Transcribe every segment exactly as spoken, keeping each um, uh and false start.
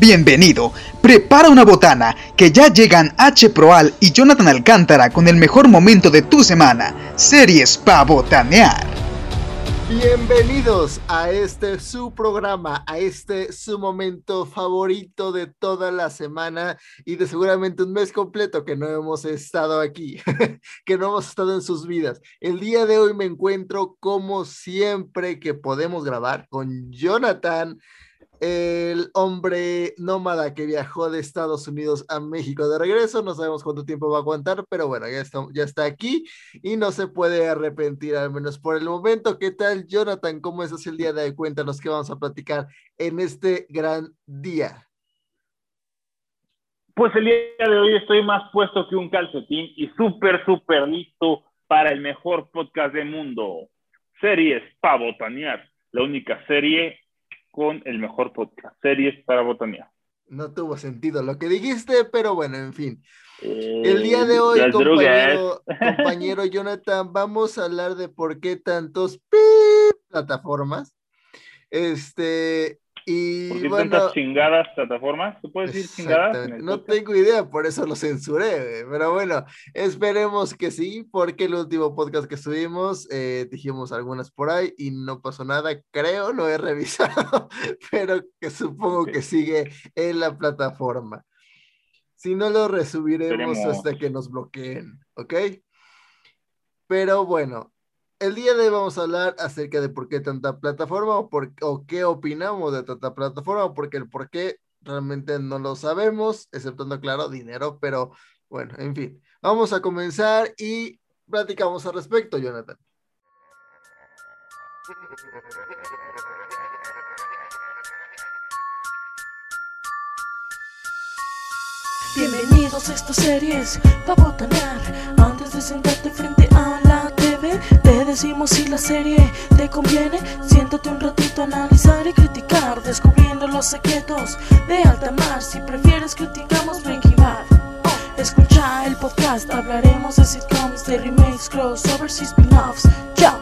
Bienvenido, prepara una botana, que ya llegan H. Proal y Jonathan Alcántara con el mejor momento de tu semana, series pa' botanear. Bienvenidos a este su programa, a este su momento favorito de toda la semana y de seguramente un mes completo que no hemos estado aquí, que no hemos estado en sus vidas. El día de hoy me encuentro como siempre que podemos grabar con Jonathan, el hombre nómada que viajó de Estados Unidos a México de regreso. No sabemos cuánto tiempo va a aguantar, pero bueno, ya está, ya está aquí y no se puede arrepentir, al menos por el momento. ¿Qué tal, Jonathan? ¿Cómo estás el día de hoy? Cuéntanos qué vamos a platicar en este gran día. Pues el día de hoy estoy más puesto que un calcetín y súper, súper listo para el mejor podcast del mundo. Series pa' botanear, la única serie con el mejor podcast, series para botanear. No tuvo sentido lo que dijiste, pero bueno, en fin. Eh, el día de hoy, las compañero, compañero Jonathan, vamos a hablar de por qué tantos ¡pip! Plataformas. Este, y ¿Por qué bueno, tantas chingadas plataformas? ¿Se puede decir chingadas? En el no podcast? tengo idea, por eso lo censuré, güey. Pero bueno, esperemos que sí, porque el último podcast que subimos, eh, dijimos algunas por ahí y no pasó nada, creo, no he revisado, pero que supongo Okay. que sigue en la plataforma. Si no, lo resubiremos Esperemos. hasta que nos bloqueen, ¿ok? Pero bueno, el día de hoy vamos a hablar acerca de por qué tanta plataforma o, por, o qué opinamos de tanta plataforma, porque el por qué realmente no lo sabemos, exceptuando, claro, dinero, pero bueno, en fin. Vamos a comenzar y platicamos al respecto, Jonathan. Bienvenidos a estas series pa' botanear. Antes de sentarte frente a la T V, te decimos si la serie te conviene. Siéntate un ratito a analizar y criticar, descubriendo los secretos de alta mar. Si prefieres, criticamos Breaking Bad. Escucha el podcast, hablaremos de sitcoms, de remakes, crossovers y spin-offs. Chao.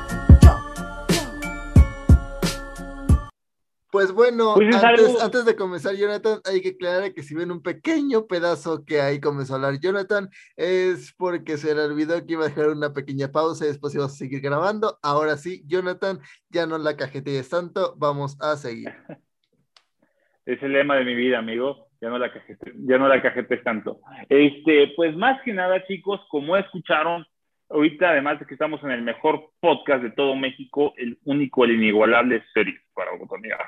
Pues bueno, Pues es antes, algo- antes de comenzar, Jonathan, hay que aclarar que si ven un pequeño pedazo que ahí comenzó a hablar Jonathan, es porque se le olvidó que iba a dejar una pequeña pausa y después íbamos a seguir grabando. Ahora sí, Jonathan, ya no la cajetees tanto, vamos a seguir. Es el lema de mi vida, amigo. Ya no la cajete, ya no la cajetes tanto. Este, pues más que nada, chicos, como escucharon, ahorita, además de que estamos en el mejor podcast de todo México, el único, el inigualable Series para botanear.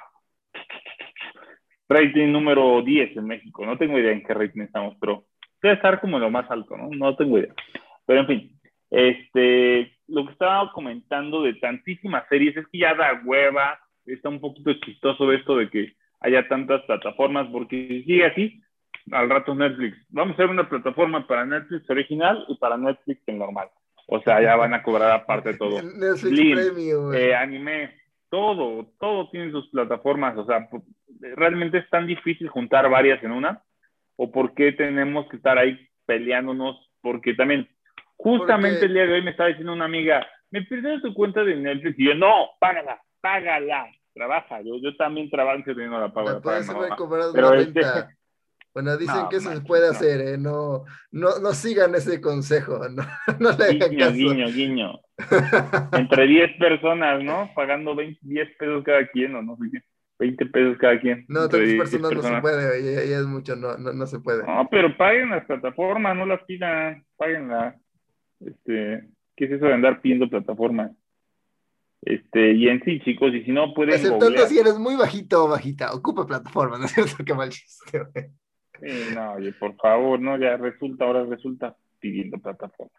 Rating número diez en México. No tengo idea en qué rating estamos, pero debe estar como lo más alto, ¿no? No tengo idea. Pero en fin, este, lo que estaba comentando de tantísimas series es que ya da hueva. Está un poquito chistoso esto de que haya tantas plataformas, porque si sigue así, al rato Netflix. Vamos a hacer una plataforma para Netflix original y para Netflix en normal. O sea, ya van a cobrar aparte todo. Netflix Blim, Premium, eh, anime, todo, todo tiene sus plataformas. O sea, realmente es tan difícil juntar varias en una. ¿O por qué tenemos que estar ahí peleándonos? Porque también, justamente Porque... el día de hoy me estaba diciendo una amiga, me perdí tu cuenta de Netflix. Y yo, no, págala, págala. Trabaja, yo, yo también trabajo teniendo la paga. la puedes haber no, cobrado pero una este, renta. Bueno, dicen no, que eso manches, se puede no. hacer, ¿eh? No, no, no sigan ese consejo, no, no le hagan Guiño, caso. guiño, guiño. Entre diez personas, ¿no? Pagando veinte, diez pesos cada quien, o no sé qué. veinte pesos cada quien. No, Entre tantas diez personas, personas no se puede, ya, ya es mucho, no, no, no se puede. No, pero paguen las plataformas, no las pidan, páguenlas. Este, ¿qué es eso de andar pidiendo plataformas? Este, y en sí, chicos, y si no pueden Exceptando googlear. si eres muy bajito o bajita, ocupa plataforma, ¿no es cierto? Qué mal chiste, güey. Sí, no, oye, por favor, no, ya resulta, ahora resulta pidiendo plataformas.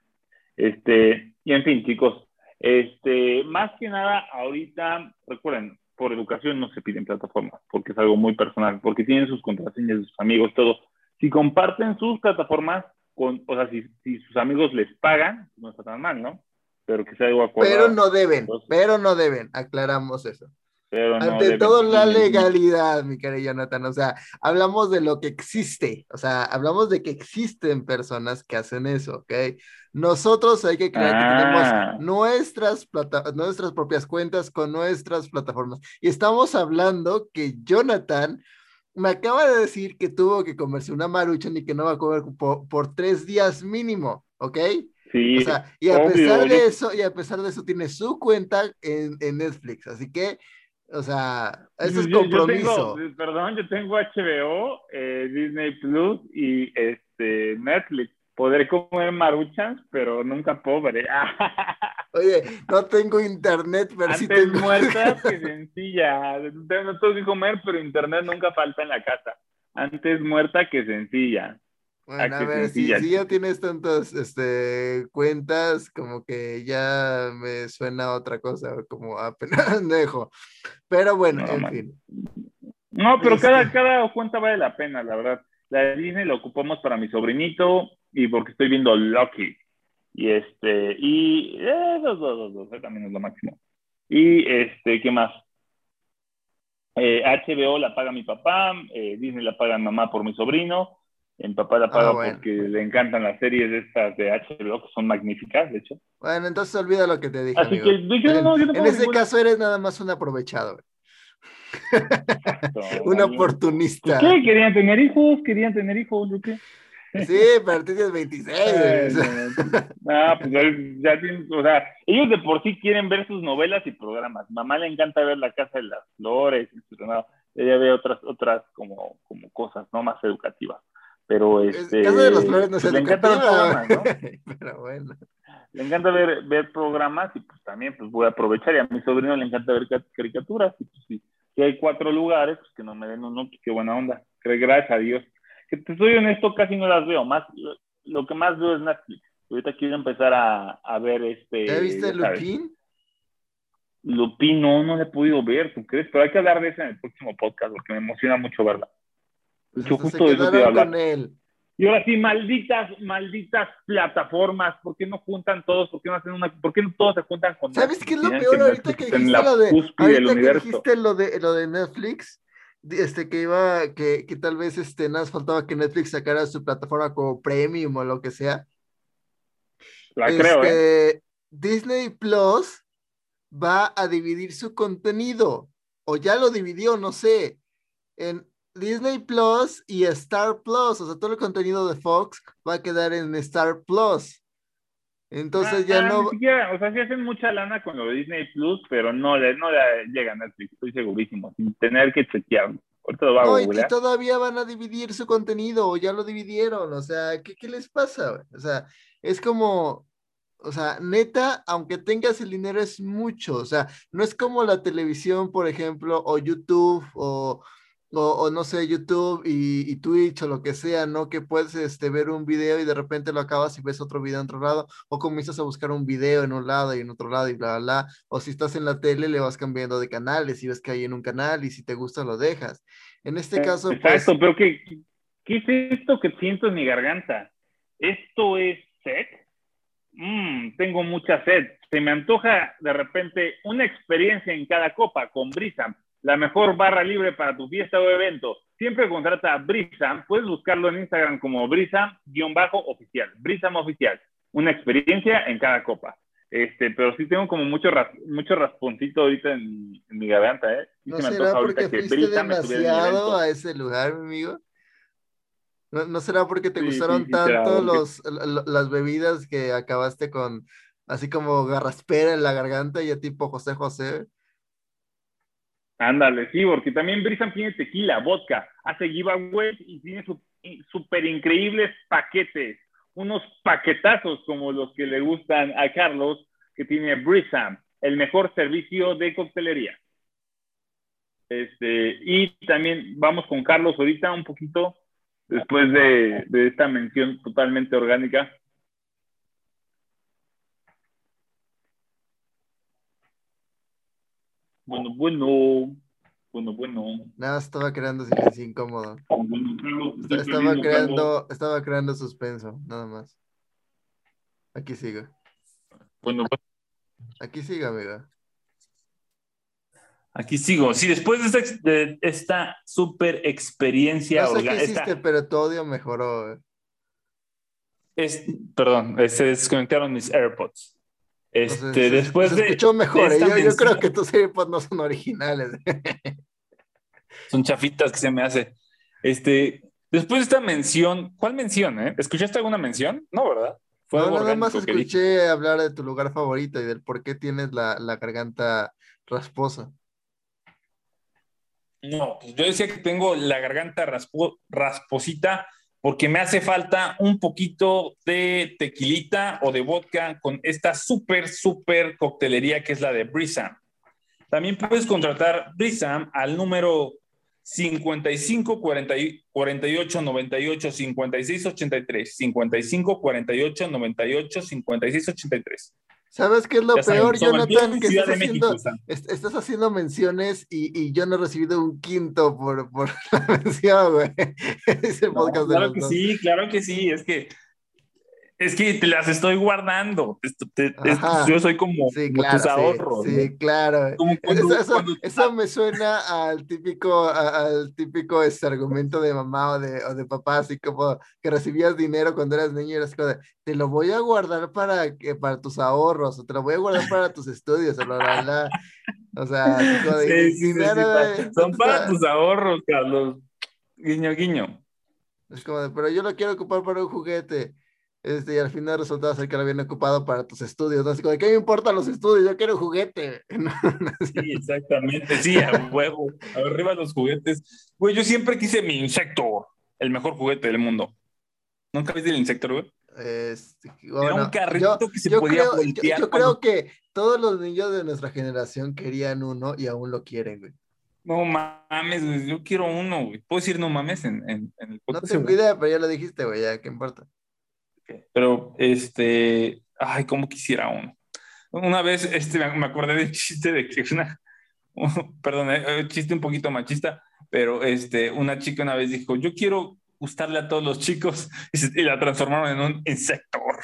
Este, y en fin, chicos, este, más que nada, ahorita, recuerden, por educación no se piden plataformas, porque es algo muy personal, porque tienen sus contraseñas, sus amigos, todo. Si comparten sus plataformas, con, o sea, si, si sus amigos les pagan, no está tan mal, ¿no? Pero que sea algo acordado. Pero no deben, Entonces, pero no deben, aclaramos eso. pero no Ante deben. todo, la Guiño, guiño. legalidad, mi querido Jonathan. O sea, hablamos de lo que existe. O sea, hablamos de que existen personas que hacen eso, ¿ok? Nosotros hay que creer que tenemos Ah, nuestras, plata nuestras propias cuentas con nuestras plataformas. Y estamos hablando que Jonathan me acaba de decir que tuvo que comerse una Maruchan y que no va a comer por, por tres días mínimo, ¿ok? Sí, O sea, y a obvio. pesar de Yo, eso, y a pesar de eso tiene su cuenta en, en Netflix, así que, o sea, eso es yo, yo tengo, compromiso. perdón, yo tengo H B O, eh, Disney Plus y este Netflix. Podré comer Maruchans, pero nunca pobre. Oye, no tengo internet, pero sí Antes tengo. muerta que sencilla. No tengo que comer, pero internet nunca falta en la casa. Antes muerta que sencilla. Bueno, A a que ver, si, sencilla. si ya tienes tantas este, cuentas, como que ya me suena a otra cosa, como a pendejo. Pero bueno, No, en man. fin. No, pero cada, Este, cada cuenta vale la pena, la verdad. La de Disney la ocupamos para mi sobrinito y porque estoy viendo Loki. Y este, y eh, dos, dos, dos, dos, eh, también es lo máximo. Y este, ¿qué más? Eh, H B O la paga mi papá, eh, Disney la paga mi mamá por mi sobrino, mi papá la ah, paga bueno. porque le encantan las series de estas de H B O, que son magníficas, de hecho. Bueno, entonces olvida lo que te dije, Así amigo. que yo En, no, yo no en pago ese ninguna. caso eres nada más un aprovechado, Exacto. un Pues, oportunista. ¿qué? ¿Querían tener hijos? ¿Querían tener hijos? ¿Yo qué? Sí, pero tienes Ay, veintiséis. no. Ah, pues ya, ya tienen, o sea, ellos de por sí quieren ver sus novelas y programas. Mamá le encanta ver La Casa de las Flores, no, ella ve otras, otras como, como cosas, ¿no? Más educativas. Pero Es- Casa de las este, Flores no es pues le encanta ver educativa, programas, ¿no? pero bueno. Le encanta ver, ver programas y pues también pues voy a aprovechar. Y a mi sobrino le encanta ver caricaturas. Y pues si, si hay cuatro lugares, pues que no me den uno, pues qué buena onda. Gracias a Dios. Que te soy honesto, casi no las veo. Más, lo, lo que más veo es Netflix. Ahorita quiero empezar a, a ver ¿Ya este, viste ya sabes. Lupin? Lupin no, no le he podido ver, ¿tú crees? Pero hay que hablar de eso en el próximo podcast porque me emociona mucho verla. De Pues hecho, hasta se justo de eso te iba a quedaron con hablar. él. Y ahora sí, malditas, malditas plataformas, ¿por qué no juntan todos? ¿Por qué no hacen una? ¿Por qué no todos se juntan con ¿Sabes Netflix? qué es lo Tienen que peor? Ahorita que Netflix está en dijiste la lo de, cúspide del ahorita que universo. dijiste lo de lo de Netflix, di- este que iba, que, que tal vez este nada más faltaba que Netflix sacara su plataforma como premium o lo que sea. La creo, ¿eh? Este Disney Plus va a dividir su contenido, o ya lo dividió, no sé, en Disney Plus y Star Plus, o sea, todo el contenido de Fox va a quedar en Star Plus. Entonces ya Ah, ni no, siquiera, o sea, sí hacen mucha lana con lo de Disney Plus, pero no le, no le llega a Netflix, estoy segurísimo, sin tener que chequearlo. Ahorita lo voy a no, y, y googlear. todavía van a dividir su contenido, o ya lo dividieron, o sea, ¿qué, qué les pasa, güey? O sea, es como, o sea, neta, aunque tengas el dinero es mucho, o sea, no es como la televisión, por ejemplo, o YouTube, o, o, o no sé, YouTube y, y Twitch o lo que sea, ¿no? Que puedes este, ver un video y de repente lo acabas y ves otro video en otro lado, o comienzas a buscar un video en un lado y en otro lado y bla, bla, bla, o si estás en la tele le vas cambiando de canales y ves que hay en un canal y si te gusta lo dejas. En este caso, pues, Exacto, pero ¿qué, qué es esto que siento en mi garganta? ¿Esto es sed? Mm, tengo mucha sed. Se me antoja de repente una experiencia en cada copa con Brisam, la mejor barra libre para tu fiesta o evento. Siempre contrata a Brisam. Puedes buscarlo en Instagram como Brisam-oficial. Brisam oficial. Una experiencia en cada copa. Este, pero sí tengo como mucho, ras, mucho rasponcito ahorita en, en mi garganta, ¿eh? Y ¿no se me será antoja ahorita porque que fuiste Brisam estuviera en mi demasiado evento. a ese lugar, mi amigo? ¿No, no será porque te Sí, sí, gustaron sí será, tanto porque los, l- las bebidas que acabaste con así como garraspera en la garganta y a tipo José José? ándale, sí, porque también Brisam tiene tequila, vodka, hace giveaways y tiene súper increíbles paquetes, unos paquetazos como los que le gustan a Carlos, que tiene Brisam, el mejor servicio de coctelería. Este, y también vamos con Carlos ahorita un poquito, después de, de esta mención totalmente orgánica. Bueno, bueno, bueno, bueno. Nada, estaba creando silencio incómodo. Bueno, Carlos, Esta- estoy Estaba perdiendo, Carlos. creando, estaba creando suspenso, nada más. Aquí sigo. Bueno, Aquí sigo, amigo. Aquí sigo. Sí, después de esta, de esta super experiencia No sé qué orgánica. hiciste, pero tu audio mejoró. Es, perdón, se desconectaron mis AirPods. No sé, Este, se, después se de, escuchó de mejor. ¿eh? esta Yo, yo creo mención, que tus AirPods no son originales. son chafitas que se me hace. Este, después de esta mención, ¿cuál mención, eh? ¿Escuchaste alguna mención? No, ¿verdad? Fue No, algo nada más orgánico que dije. escuché hablar de tu lugar favorito y del por qué tienes la, la garganta rasposa. No, pues yo decía que tengo la garganta raspo- rasposita porque me hace falta un poquito de tequilita o de vodka con esta súper, súper coctelería que es la de Brisam. También puedes contratar Brisam al número cincuenta y cinco cuarenta y ocho noventa y ocho cincuenta y seis ochenta y tres, cincuenta y cinco cuarenta y ocho noventa y ocho cincuenta y seis ochenta y tres. ¿Sabes qué es lo Ya saben, peor, sobre todo Jonathan? en Que Ciudad estás de México haciendo, están. est- estás haciendo menciones y, y yo no he recibido un quinto por, por la mención, güey. Es el No, podcast de claro los que dos. sí, claro que sí. Es que Es que te las estoy guardando. Esto- te- esto- Ajá. yo soy como, Sí, como tus claro, sí, ahorros, ¿no? sí, claro. Como Eso, cuando, eso, cuando eso me suena al típico, a- al típico este argumento de mamá o de, o de papá, así como que recibías dinero cuando eras niño y eras como de, te lo voy a guardar para, que, para tus ahorros, o te lo voy a guardar para tus estudios, o bla, bla, bla. O sea, así como de, sí, "Mi sí, sí, sí, dinero, pa- eh, ¿dónde son para está?". tus ahorros, Carlos. Guiño, guiño. Es como de, pero yo lo quiero ocupar para un juguete. Este, y al final resultaba ser que lo habían ocupado para tus estudios, ¿no? Así como de, ¿qué me importan los estudios? Yo quiero un juguete. No, no es Sí, cierto. exactamente. Sí, a huevo. Arriba los juguetes. Güey, yo siempre quise mi Insector, el mejor juguete del mundo. ¿Nunca viste el Insector, güey? Este, Era un bueno, yo, carrito que se yo podía creo, yo, voltear yo cuando... creo que todos los niños de nuestra generación querían uno y aún lo quieren, güey. No mames, güey, yo quiero uno, güey. ¿Puedo decir no mames en, en, en el No podcast, tengo güey? idea, pero ya lo dijiste, güey, ya, ¿qué importa? Pero, este... Ay, cómo quisiera uno. Una vez este, me me acordé de un chiste de que una, perdón, eh, un chiste un poquito machista, pero este, una chica una vez dijo, yo quiero gustarle a todos los chicos y, se- y la transformaron en un insector.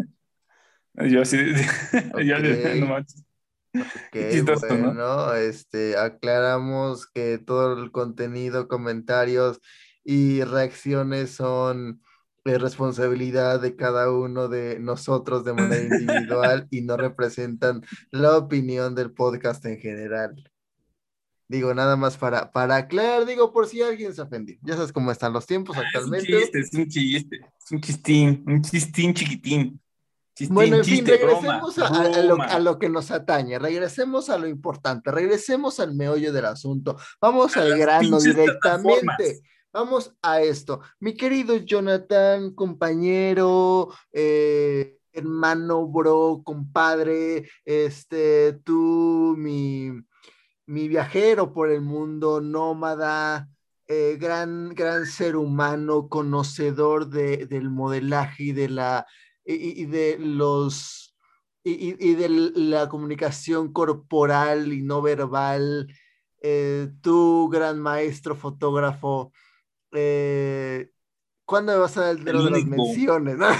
Yo así, yo Ok, así, no manches, ok, qué chistoso, ¿no? bueno, este, aclaramos que todo el contenido, comentarios y reacciones son de responsabilidad de cada uno de nosotros de manera individual y no representan la opinión del podcast en general. Digo, nada más para, para aclarar, digo, por si alguien se ofendió. Ya sabes cómo están los tiempos Ah, es un actualmente. chiste, es un chiste, es un chistín, un chistín chiquitín, Bueno, chistín, en fin, chiste, broma, regresemos a, a- a lo, a broma, lo que nos atañe, regresemos a lo importante, regresemos al meollo del asunto, vamos a al las grano pinches directamente, plataformas. vamos a esto. Mi querido Jonathan, compañero, eh, hermano, bro, compadre, este, tú, mi, mi viajero por el mundo, nómada, eh, gran, gran ser humano, conocedor de, del modelaje y de la y, y de los y, y, de la comunicación corporal y no verbal, eh, tú, gran maestro fotógrafo, eh, ¿cuándo me vas a dar el El dinero de las único, menciones? No,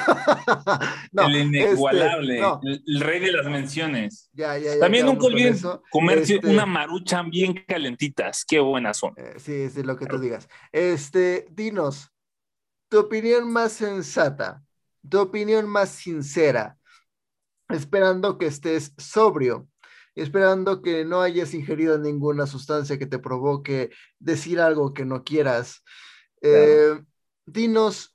no, el este, inigualable, no, el, el rey de las menciones. ya, ya, ya También nunca quedamos con olviden eso. comerse una Este, maruchan bien calentitas. Qué buenas son. eh, sí, sí, lo que tú digas. Este, dinos, tu opinión más sensata, tu opinión más sincera, esperando que estés sobrio, esperando que no hayas ingerido ninguna sustancia que te provoque decir algo que no quieras. Claro. Eh, dinos,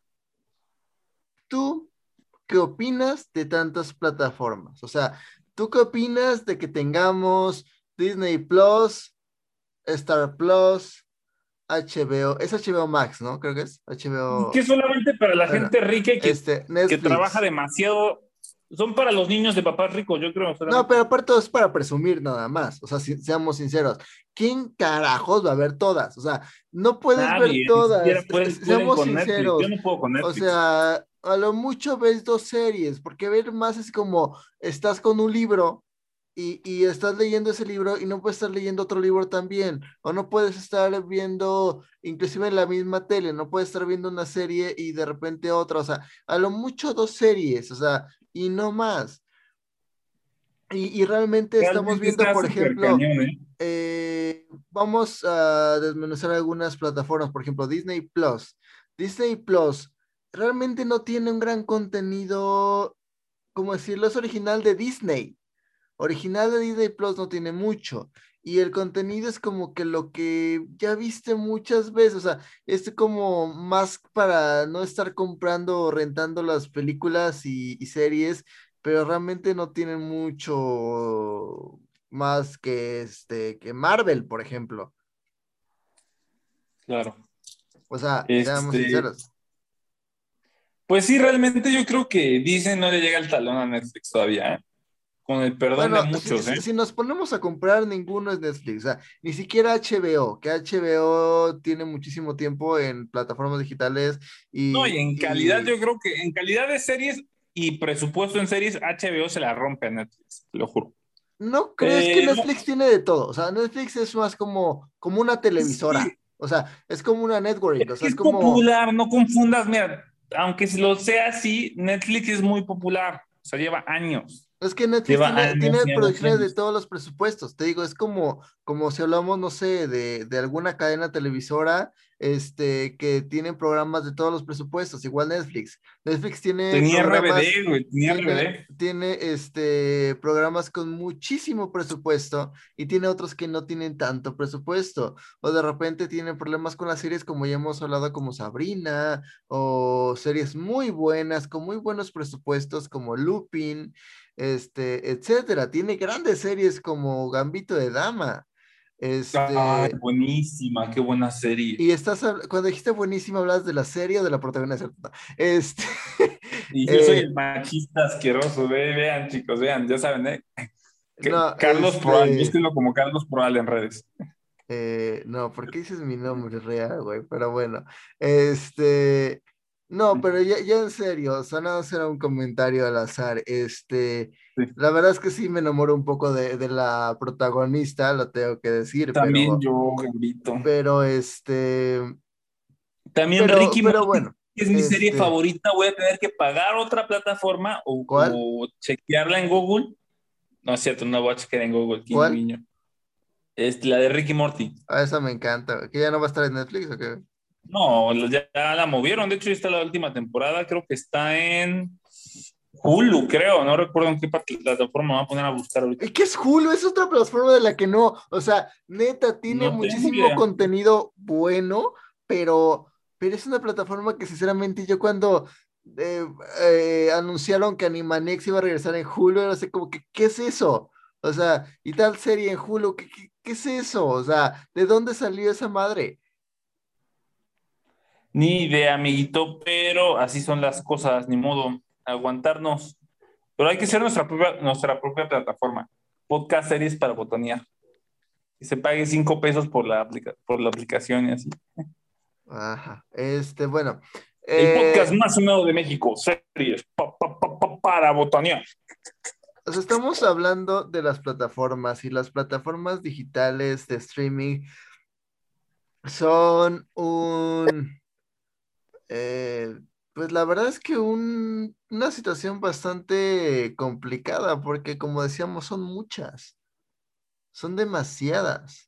¿tú qué opinas de tantas plataformas? O sea, ¿tú qué opinas de que tengamos Disney Plus, Star Plus, H B O? Es H B O Max, ¿no? Creo que es Que H B O. solamente para la Bueno, gente rica y que, este, que trabaja Netflix. demasiado. Son para los niños de papás ricos, yo creo, No, solamente. pero aparte todo es para presumir nada más. O sea, si, seamos sinceros. ¿Quién carajos va a ver todas? O sea, no puedes ver Nadie, ni siquiera todas. pueden, pueden Seamos con Netflix. Yo sinceros. no puedo con O Netflix. sea, a lo mucho ves dos series, porque ver más es como estás con un libro y, y estás leyendo ese libro y no puedes estar leyendo otro libro también. O no puedes estar viendo, inclusive en la misma tele, no puedes estar viendo una serie y de repente otra. O sea, a lo mucho dos series, o sea, y no más. Y, y realmente estamos Realmente viendo, está por súper ejemplo, cañón, ¿eh? eh, vamos a desmenuzar algunas plataformas, por ejemplo, Disney Plus. Disney Plus realmente no tiene un gran contenido, como decirlo, es original de Disney. Original de Disney Plus no tiene mucho. y el contenido es como que lo que ya viste muchas veces, o sea, es como más para no estar comprando o rentando las películas y, y series, pero realmente no tienen mucho más que este, que Marvel, por ejemplo. Claro. O sea, seamos Este, sinceros. pues sí, realmente yo creo que Disney no le llega el talón a Netflix todavía, ¿eh? Con el perdón de Bueno, si, muchos, si- ¿eh? si nos ponemos a comprar, ninguno es Netflix, o sea, ni siquiera H B O, que H B O tiene muchísimo tiempo en plataformas digitales No, y y, en calidad y yo creo que en calidad de series y presupuesto en series, H B O se la rompe a Netflix, te lo juro. no creo, es que Eh, no, Netflix tiene de todo, o sea, Netflix es más como, como una es que, televisora, o sea, es como una networking, o es que sea, es es como, popular, no confundas, mira, aunque si lo sea así, Netflix es muy popular, o sea, lleva años, es que Netflix lleva tiene, años tiene y años y producciones de años. todos los presupuestos. Te digo, es como, como si hablamos, no sé, de, de alguna cadena televisora, este, que tienen programas de todos los presupuestos, igual Netflix. Netflix tiene Tenía programas, R B D, güey, tenía tiene, R B D. tiene este, programas con muchísimo presupuesto y tiene otros que no tienen tanto presupuesto. O de repente tienen problemas con las series, como ya hemos hablado, como Sabrina, o series muy buenas, con muy buenos presupuestos, como Lupin, este, etcétera. Tiene grandes series como Gambito de Dama. Ay, Este, buenísima, qué buena serie. y estás, hab- cuando dijiste buenísimo, ¿hablas de la serie o de la protagonista? No. Este, Y yo soy eh, el machista asqueroso, ve, vean chicos, vean, ya saben, ¿eh? Que- no, Carlos Proal, este, búsquenlo como Carlos Proal en redes. eh, no, ¿por qué dices mi nombre real, güey? Pero bueno, este, no, pero ya, ya en serio, o sea, no será un comentario al azar, este, Sí. la verdad es que sí me enamoro un poco de, de la protagonista, lo tengo que decir, También pero, yo, Gambito. pero, este, También pero, Ricky pero Morty, bueno, que es mi serie este, favorita. Voy a tener que pagar otra plataforma o, ¿cuál? o chequearla en Google. No es cierto, no voy a chequear en Google, guiño, ¿Cuál? guiño. Es la de Ricky Morty. A esa me encanta, ¿que ya no va a estar en Netflix o qué? No, ya, ya la movieron. De hecho, ya está la última temporada. Creo que está en Hulu, creo. No recuerdo en qué plataforma. Me voy a poner a buscar ahorita. ¿Y qué es Hulu? Es otra plataforma de la que no, o sea, neta, tiene No tengo muchísimo idea. contenido bueno, pero, pero es una plataforma que sinceramente yo cuando eh, eh, anunciaron que Animaniacs iba a regresar en Hulu, era así como que, ¿qué es eso? O sea, y tal serie en Hulu, ¿qué, qué, qué es eso? O sea, ¿de dónde salió esa madre? Ni idea, amiguito, pero así son las cosas, ni modo, aguantarnos. Pero hay que ser nuestra propia, nuestra propia plataforma. Podcast series para botanear. Que se pague cinco pesos por la, aplica por la aplicación y así. Ajá, este, bueno, El podcast eh, más sonado de México, series pa, pa, pa, pa, para botanear. o sea, estamos hablando de las plataformas y las plataformas digitales de streaming son un, eh, pues la verdad es que un, una situación bastante complicada porque como decíamos son muchas, son demasiadas.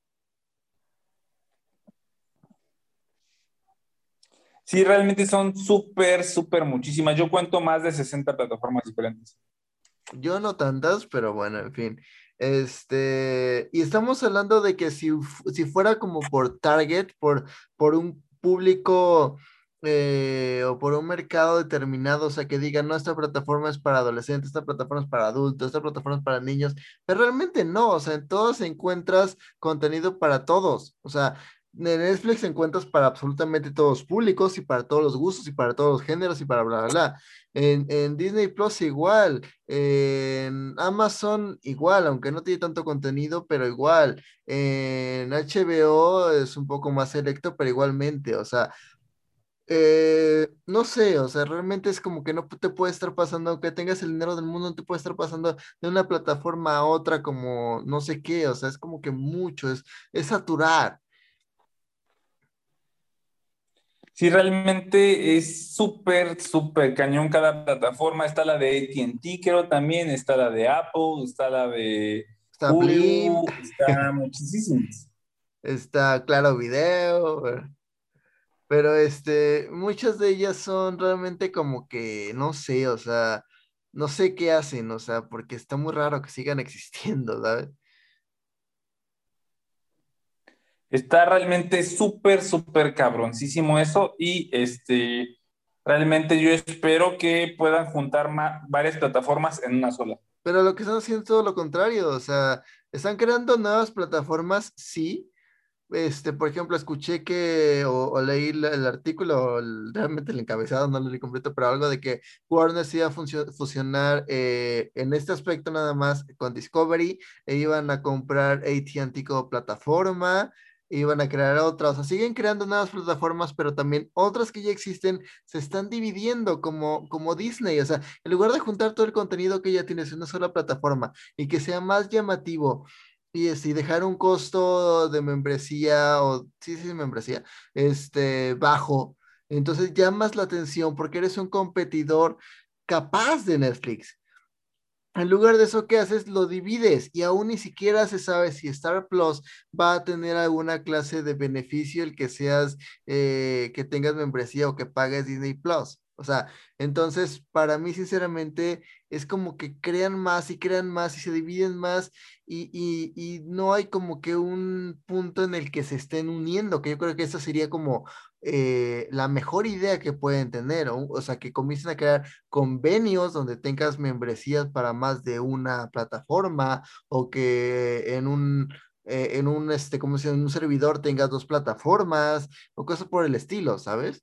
Sí, realmente son súper, súper muchísimas. Yo cuento más de sesenta plataformas diferentes. Yo no tantas, pero bueno, en fin. Este, y estamos hablando de que si, fu- si fuera como por target, por, por un público eh, o por un mercado determinado, o sea, que digan, no, esta plataforma es para adolescentes, esta plataforma es para adultos, esta plataforma es para niños, pero realmente no, o sea, en todas encuentras contenido para todos, o sea, en Netflix encuentras para absolutamente todos los públicos y para todos los gustos y para todos los géneros y para bla, bla, bla. En, en Disney Plus igual. En Amazon igual, aunque no tiene tanto contenido, pero igual. En H B O es un poco más selecto, pero igualmente, o sea, eh, no sé, o sea, realmente es como que no te puede estar pasando, aunque tengas el dinero del mundo, no te puede estar pasando de una plataforma a otra como no sé qué, o sea, es como que mucho, es, es saturar. Sí, realmente es súper, súper cañón cada plataforma. Está la de A T and T, creo también. Está la de Apple, está la de Está Blim, Hulu, está muchísimas. está Claro Video, pero este, muchas de ellas son realmente como que, no sé, o sea, no sé qué hacen, o sea, porque está muy raro que sigan existiendo, ¿sabes? Está realmente súper, súper cabroncísimo eso y este, realmente yo espero que puedan juntar ma- varias plataformas en una sola. Pero lo que están haciendo es todo lo contrario, o sea, están creando nuevas plataformas, sí. Este, por ejemplo, escuché que, o, o leí el, el artículo, o el- realmente el encabezado, no lo leí completo, pero algo de que Warner se iba a funcio- fusionar eh, en este aspecto nada más con Discovery, e iban a comprar A T and T como plataforma, e iban a crear otras, o sea, siguen creando nuevas plataformas, pero también otras que ya existen se están dividiendo como, como Disney, o sea, en lugar de juntar todo el contenido que ya tienes en una sola plataforma y que sea más llamativo y si dejar un costo de membresía o sí, sí, membresía, este, bajo, entonces llamas la atención porque eres un competidor capaz de Netflix. En lugar de eso, ¿qué haces? Lo divides y aún ni siquiera se sabe si Star Plus va a tener alguna clase de beneficio el que seas, eh, que tengas membresía o que pagues Disney Plus. O sea, entonces para mí sinceramente es como que crean más y crean más y se dividen más y, y, y no hay como que un punto en el que se estén uniendo, que yo creo que esa sería como eh, la mejor idea que pueden tener, o, o sea, que comiencen a crear convenios donde tengas membresías para más de una plataforma o que en un, eh, en un, este, como si en un servidor tengas dos plataformas o cosas por el estilo, ¿sabes?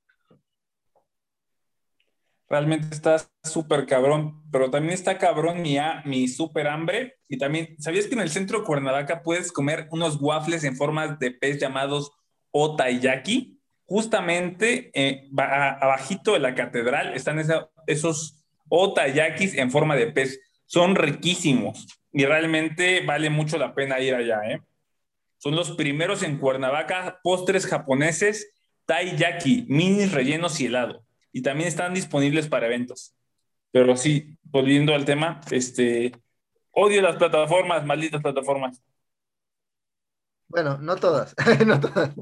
Realmente está súper cabrón, pero también está cabrón mi, ha- mi súper hambre. Y también, ¿sabías que en el centro de Cuernavaca puedes comer unos waffles en formas de pez llamados otayaki? Justamente eh, ba- a- abajito de la catedral están esa- esos otayakis en forma de pez. Son riquísimos y realmente vale mucho la pena ir allá, ¿eh? Son los primeros en Cuernavaca, postres japoneses, taiyaki, minis rellenos y helado. Y también están disponibles para eventos. Pero sí, volviendo al tema, este, odio las plataformas, malditas plataformas. Bueno, no todas, no todas.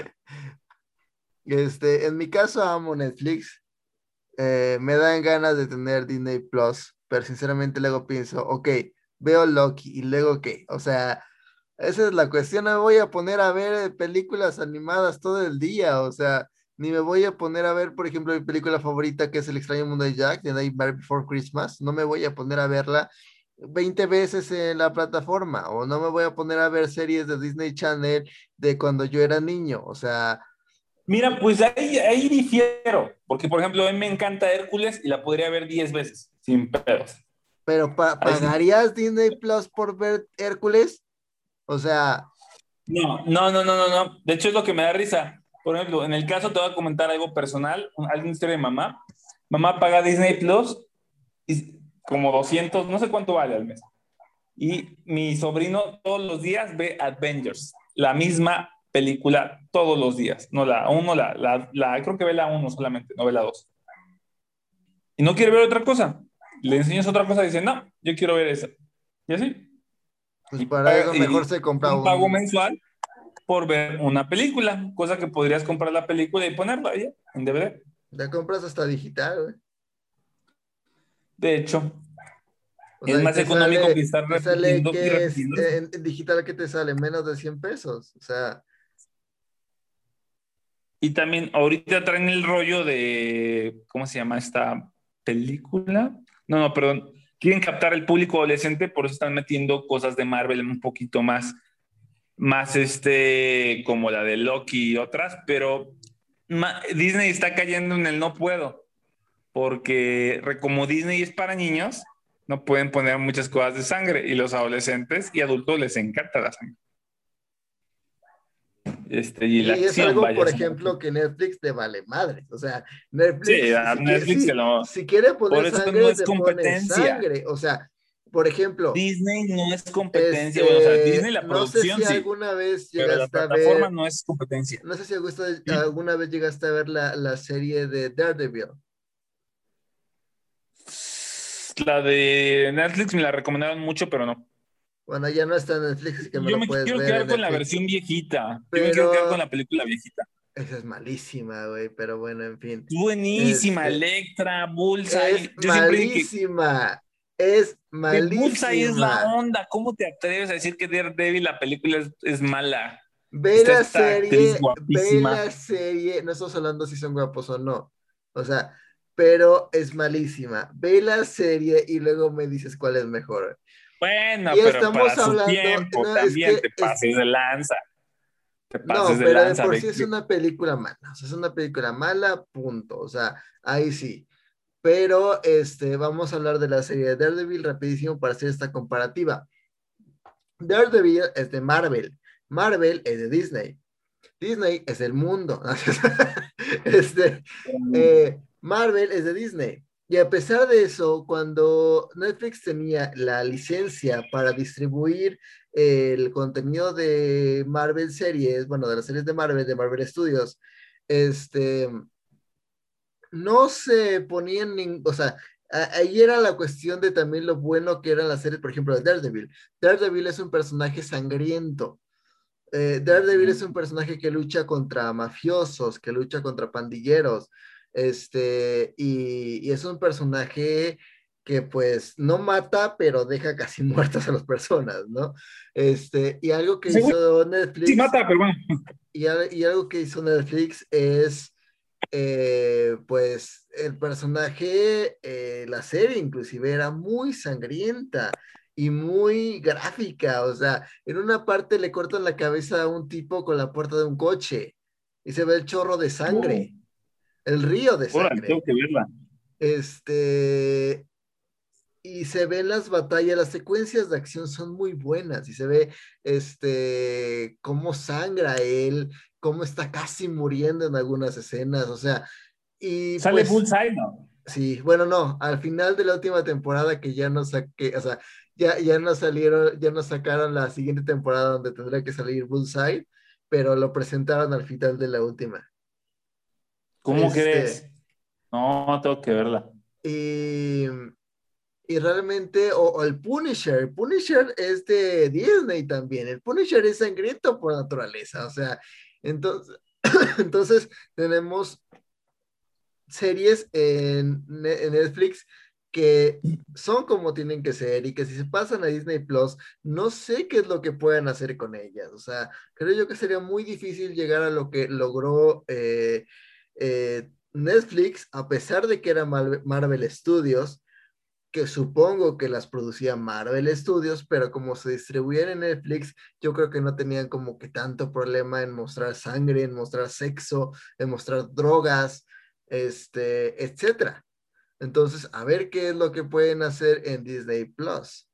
Este, en mi caso amo Netflix, eh, me dan ganas de tener Disney Plus, pero sinceramente luego pienso, ok, veo Loki y luego qué, o sea, esa es la cuestión, no me voy a poner a ver películas animadas todo el día, o sea, ni me voy a poner a ver, por ejemplo, mi película favorita que es El extraño mundo de Jack, The Nightmare Before Christmas, no me voy a poner a verla veinte veces en la plataforma, o no me voy a poner a ver series de Disney Channel de cuando yo era niño, o sea, Mira, pues ahí, ahí difiero, porque por ejemplo, a mí me encanta Hércules y la podría ver diez veces, sin pedos. pero pa- Ahí sí. ¿pagarías Disney Plus por ver Hércules? O sea, No, no, no, no, no, no. De hecho, es lo que me da risa. Por ejemplo, en el caso te voy a comentar algo personal, un- alguna historia de mamá. Mamá paga Disney Plus y como doscientos, no sé cuánto vale al mes. Y mi sobrino todos los días ve Avengers, la misma película todos los días. No la uno, la, la, la creo que ve la uno solamente, no ve la dos. Y no quiere ver otra cosa. Le enseñas otra cosa y dice, no, yo quiero ver esa. Y así. pues Y, para paga- eso mejor y se es compra un pago un, mensual por ver una película, cosa que podrías comprar la película y ponerla ahí en D V D. ya compras hasta digital, güey. De hecho, O es sea, y más te económico que sale, estar te sale repitiendo y que es repitiendo eso. en, en digital que te sale menos de cien pesos. O sea, Y también ahorita traen el rollo de, ¿cómo se llama esta película? No, no, perdón. Quieren captar al público adolescente, por eso están metiendo cosas de Marvel un poquito más, más este, como la de Loki y otras, pero ma- Disney está cayendo en el no puedo, porque re- como Disney es para niños, no pueden poner muchas cosas de sangre y los adolescentes y adultos les encanta la sangre. Este, y la y es acción, algo, vaya. por ejemplo, que Netflix te vale madre. O sea, Sí, Netflix, a si, qui- Netflix se si, lo... si quiere poner Por eso no sangre, es te pone competencia. sangre. O sea, por ejemplo, Disney no es competencia. Bueno, o sea, este, Disney la no sé producción si sí, alguna vez pero la llegaste a plataforma ver, no es competencia. no sé si Augusto, ¿Mm? alguna vez llegaste a ver la, la serie de Daredevil. La de Netflix me la recomendaron mucho, pero no. Bueno, ya no está en Netflix, así que no Yo lo me puedes quiero ver quedar en con la Netflix. versión viejita. Yo me quiero quedar con Pero la película viejita. esa es malísima, güey, pero bueno, en fin. Buenísima, Este, Electra, es Bullseye. Yo siempre dije que, malísima, es que Bullseye es la malísima. onda. ¿Cómo te atreves a decir que Daredevil, la película, es, es mala? Ve Está la esta actriz serie, ve guapísima. la serie, no estamos hablando si son guapos o no, o sea, pero es malísima. Ve la serie y luego me dices cuál es mejor. Bueno, Y pero estamos para su hablando, tiempo no, es también que te es, pases de lanza. Te pases no, de pero de lanza, por ve sí es que- una película mala, o sea, es una película mala, punto, o sea, ahí sí. Pero este, vamos a hablar de la serie de Daredevil rapidísimo para hacer esta comparativa. Daredevil es de Marvel, Marvel es de Disney, Disney es el mundo. este, eh, Marvel es de Disney. Y a pesar de eso, cuando Netflix tenía la licencia para distribuir el contenido de Marvel series, bueno, de las series de Marvel, de Marvel Studios, este, no se ponían, nin- o sea, a- ahí era la cuestión de también lo bueno que eran las series, por ejemplo, de Daredevil. Daredevil es un personaje sangriento. Eh, Daredevil es un personaje que lucha contra mafiosos, que lucha contra pandilleros, este, y, y es un personaje que pues no mata, pero deja casi muertas a las personas, ¿no? Este, y algo que Seguro hizo sí Netflix, mata, pero bueno. y, al- y algo que hizo Netflix es, eh, pues, el personaje, eh, la serie inclusive era muy sangrienta y muy gráfica, o sea, en una parte le cortan la cabeza a un tipo con la puerta de un coche y se ve el chorro de Oh, sangre, el río de órale, tengo sangre. que verla. Este, y se ven las batallas, las secuencias de acción son muy buenas y se ve este cómo sangra él, cómo está casi muriendo en algunas escenas, o sea, y Sale pues Bullseye, ¿no? sí, bueno, no, al final de la última temporada que ya no saqué, o sea, ya, ya no salieron, ya no sacaron la siguiente temporada donde tendrá que salir Bullseye, pero lo presentaron al final de la última. ¿Cómo Este, crees? No, tengo que verla. y Y realmente, o, o el Punisher, el Punisher es de Disney también, el Punisher es sangriento por naturaleza, o sea, entonces, entonces tenemos series en, Ne- en Netflix que son como tienen que ser y que si se pasan a Disney Plus, no sé qué es lo que puedan hacer con ellas, o sea, creo yo que sería muy difícil llegar a lo que logró eh, eh, Netflix, a pesar de que era Marvel, Marvel Studios, que supongo que las producía Marvel Studios, pero como se distribuían en Netflix, yo creo que no tenían como que tanto problema en mostrar sangre, en mostrar sexo, en mostrar drogas, este, etcétera. Entonces, a ver qué es lo que pueden hacer en Disney Plus.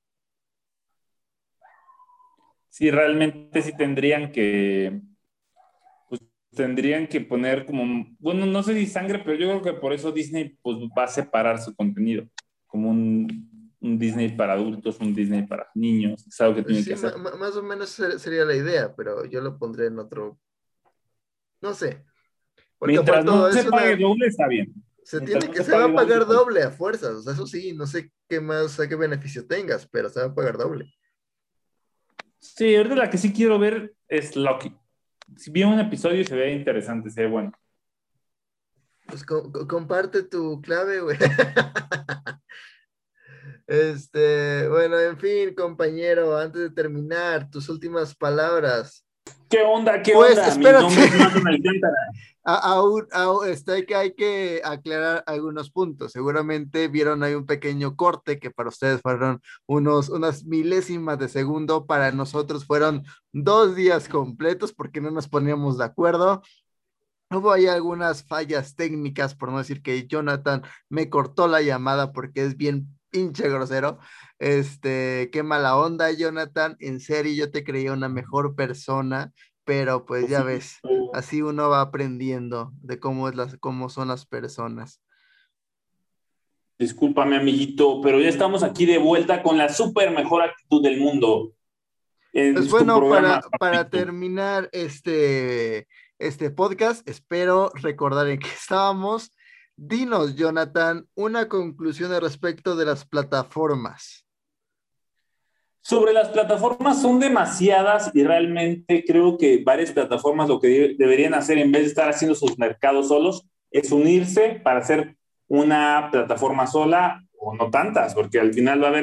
Sí, realmente sí tendrían que, pues tendrían que poner como, bueno, no sé si sangre, pero yo creo que por eso Disney pues va a separar su contenido, como un, un Disney para adultos, un Disney para niños, es algo que tienen que Sí, ma- hacer. ma- más o menos ser- sería la idea, pero yo lo pondré en otro, no sé, porque Mientras aparte todo no es se pague una, doble, está bien. se Mientras tiene no que, se se va pague a doble, pagar está bien. doble a fuerzas, o sea, eso sí, no sé qué más, qué beneficio tengas, pero se va a pagar doble. Sí, ahorita la que sí quiero ver es Loki. Si vi un episodio y se ve interesante, se ve bueno. Pues co- co- comparte tu clave, güey. Este, bueno, en fin, compañero, antes de terminar, tus últimas palabras. ¿Qué onda? ¿Qué Pues onda? Mi espérate, nombre es Jonathan Alcántara. A- aún, aún está que hay que aclarar algunos puntos. Seguramente vieron ahí un pequeño corte que para ustedes fueron unos, unas milésimas de segundo, para nosotros fueron dos días completos porque no nos poníamos de acuerdo. Hubo ahí algunas fallas técnicas, por no decir que Jonathan me cortó la llamada porque es bien pinche grosero. Este, qué mala onda, Jonathan. En serio, yo te creía una mejor persona, pero pues ya ves, así uno va aprendiendo de cómo es las, cómo son las personas. Discúlpame, amiguito, pero ya estamos aquí de vuelta con la súper mejor actitud del mundo Pues en su bueno, programa para, para favorito. terminar este, este podcast, espero recordar en qué estábamos. Dinos, Jonathan, una conclusión al respecto de las plataformas. Sobre las plataformas son demasiadas y realmente creo que varias plataformas lo que de- deberían hacer en vez de estar haciendo sus mercados solos es unirse para hacer una plataforma sola o no tantas, porque al final va a haber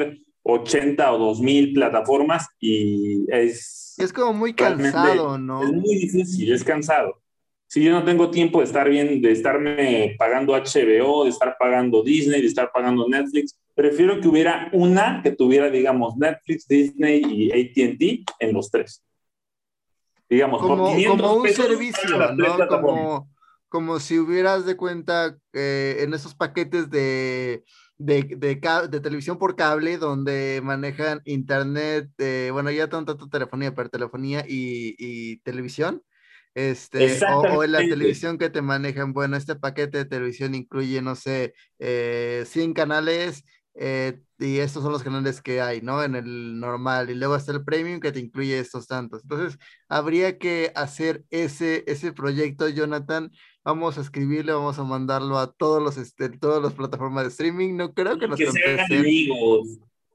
ochenta o dos mil plataformas y es... Es como muy cansado, ¿no? Es muy difícil, es cansado. Si yo no tengo tiempo de estar bien, de estarme pagando H B O, de estar pagando Disney, de estar pagando Netflix, prefiero que hubiera una que tuviera, digamos, Netflix, Disney y A T and T en los tres. Digamos, como, por quinientos como un pesos, servicio, las tres ¿no? plataformas. Como, como si hubieras de cuenta eh, en esos paquetes de, de, de, ca- de televisión por cable donde manejan internet, eh, bueno, ya no tanto telefonía, pero telefonía y, y televisión. Este, o, o en la Exactamente. televisión que te manejan, bueno, este paquete de televisión incluye, no sé, eh, cien canales, eh, y estos son los canales que hay, ¿no? En el normal, y luego está el premium que te incluye estos tantos. Entonces, habría que hacer ese, ese proyecto, Jonathan. Vamos a escribirle, vamos a mandarlo a todos los, este, todas las plataformas de streaming. No creo que Y nos que se hagan contesten, amigos.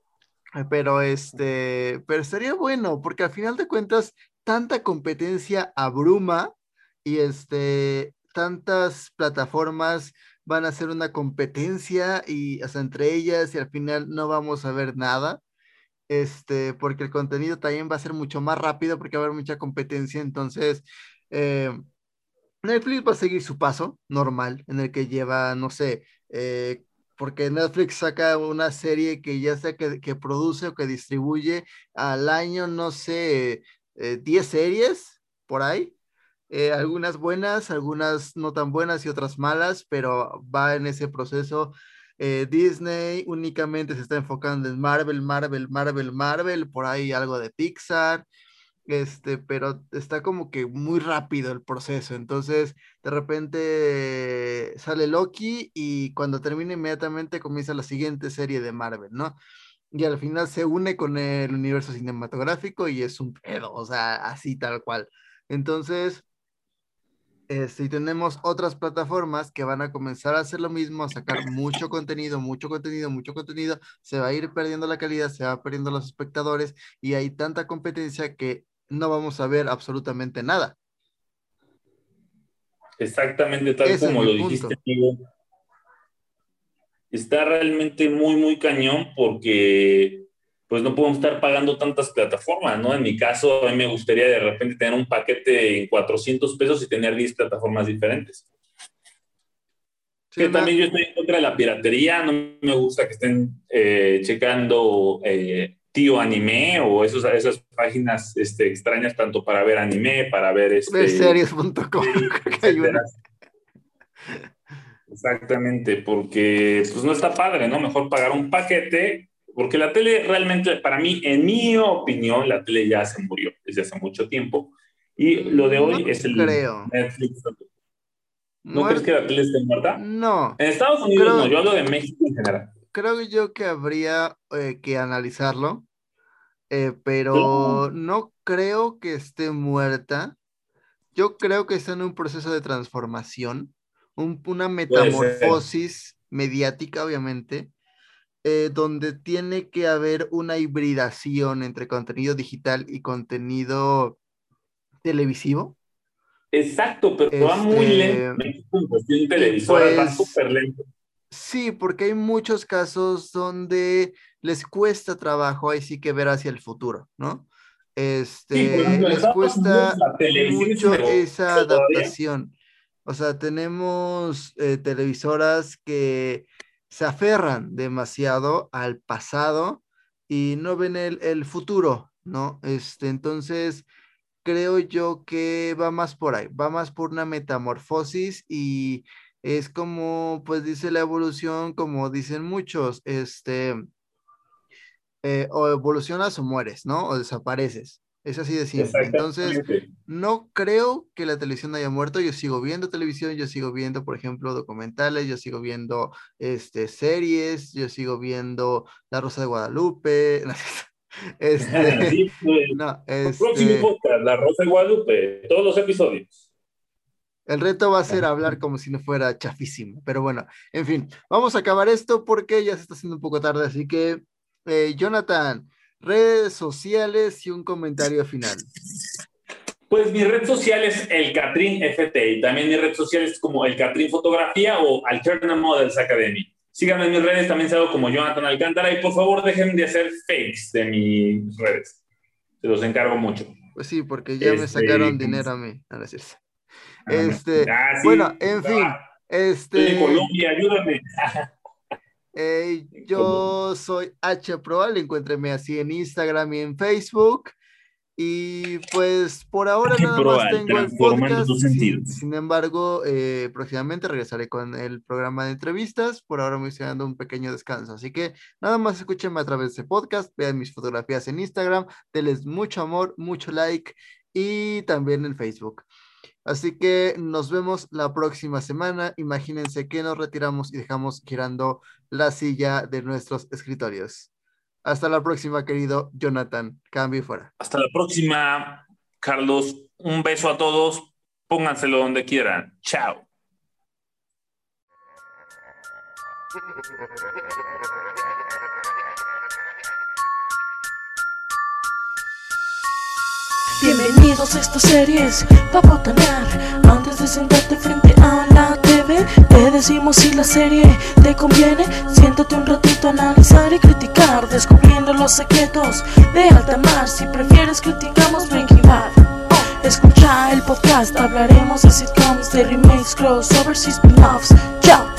pero este, pero estaría bueno, porque al final de cuentas, tanta competencia abruma y este, tantas plataformas van a hacer una competencia y hasta entre ellas y al final no vamos a ver nada. Este, porque el contenido también va a ser mucho más rápido porque va a haber mucha competencia, entonces eh, Netflix va a seguir su paso normal, en el que lleva, no sé, eh, porque Netflix saca una serie que ya sea que, que produce o que distribuye al año, no sé, eh, diez series por ahí. Eh, algunas buenas, algunas no tan buenas y otras malas, pero va en ese proceso. Eh, Disney únicamente se está enfocando en Marvel, Marvel, Marvel, Marvel, por ahí algo de Pixar, este, pero está como que muy rápido el proceso. Entonces, de repente sale Loki y cuando termina inmediatamente comienza la siguiente serie de Marvel, ¿no? Y al final se une con el universo cinematográfico y es un pedo, o sea, así tal cual. Entonces, este, y tenemos otras plataformas que van a comenzar a hacer lo mismo, a sacar mucho contenido, mucho contenido, mucho contenido, se va a ir perdiendo la calidad, se va perdiendo los espectadores y hay tanta competencia que no vamos a ver absolutamente nada. Exactamente tal Ese es como mi lo dijiste, punto. amigo. Está realmente muy, muy cañón porque pues no podemos estar pagando tantas plataformas, ¿no? En mi caso, a mí me gustaría de repente tener un paquete en cuatrocientos pesos y tener diez plataformas diferentes. Sí, Que una, también yo estoy en contra de la piratería, no me gusta que estén eh, checando eh, Tío Anime o esos, esas páginas este, extrañas tanto para ver anime, para ver ver este, series punto com, series, creo que hay etcétera. una. Exactamente, porque pues no está padre, ¿no? Mejor pagar un paquete, porque la tele realmente, para mí, en mi opinión, la tele ya se murió desde hace mucho tiempo. Y lo de No hoy es el creo. Netflix. ¿No crees que Muerto, la tele esté muerta? no. En Estados Unidos no, Creo, yo hablo de México en general. creo yo que habría eh, que analizarlo, eh, Claro, pero no creo que esté muerta. Yo creo que está en un proceso de transformación, un- una puede ser. metamorfosis mediática, obviamente, eh, donde tiene que haber una hibridación entre contenido digital y contenido televisivo. Exacto, pero va muy lento. Este, México en cuestión de y televisoras va pues súper lento. sí, porque hay muchos casos donde les cuesta trabajo, ahí sí que ver hacia el futuro, ¿no? Sí, por Este, ejemplo, en les Estados Unidos cuesta la televisión es un mucho esa negocio todavía. adaptación. O sea, tenemos eh, televisoras que se aferran demasiado al pasado y no ven el, el futuro, ¿no? Este, entonces, creo yo que va más por ahí, va más por una metamorfosis y es como, pues dice la evolución, como dicen muchos, este, eh, o evolucionas o mueres, ¿no? O desapareces. Es así de simple. Entonces, Exactamente. no creo que la televisión haya muerto. Yo sigo viendo televisión, yo sigo viendo, por ejemplo, documentales, yo sigo viendo este, series, yo sigo viendo La Rosa de Guadalupe. Este, Sí, pues, no, próximo este, podcast, La Rosa de Guadalupe, todos los episodios. el reto va a ser hablar como si no fuera chafísimo, pero bueno, en fin, vamos a acabar esto porque ya se está haciendo un poco tarde, así que, eh, Jonathan, redes sociales y un comentario final. Pues mi red social es el Catrín F T y también mi red social es como el Catrín Fotografía o Alterna Models Academy. Síganme en mis redes, también salgo como Jonathan Alcántara, y por favor dejen de hacer fakes de mis redes. Se los encargo mucho. Pues sí, porque ya Este, me sacaron dinero a mí. No, no es cierto. Ah, Este, ah, sí. bueno, en Ah, fin, Estoy en este, Colombia, ayúdame. eh, yo soy H Proal, encuéntreme así en Instagram y en Facebook. Y pues por ahora H nada más Proal, tengo el transformando podcast. tus Sin, sentidos. sin embargo, eh, próximamente regresaré con el programa de entrevistas. Por ahora me estoy dando un pequeño descanso. Así que nada más escúchenme a través de este podcast, vean mis fotografías en Instagram, denles mucho amor, mucho like y también en Facebook. Así que nos vemos la próxima semana. Imagínense que nos retiramos y dejamos girando la silla de nuestros escritorios. Hasta la próxima, querido Jonathan. Cambio y fuera. Hasta la próxima, Carlos. Un beso a todos. Pónganselo donde quieran. Chao. Bienvenidos a estas series pa' botanear. Antes de sentarte frente a la T V, te decimos si la serie te conviene. Siéntate un ratito a analizar y criticar, descubriendo los secretos de alta mar. Si prefieres criticamos Breaking Bad. Escucha el podcast, hablaremos de sitcoms, de remakes, crossovers y spin-offs. Chao.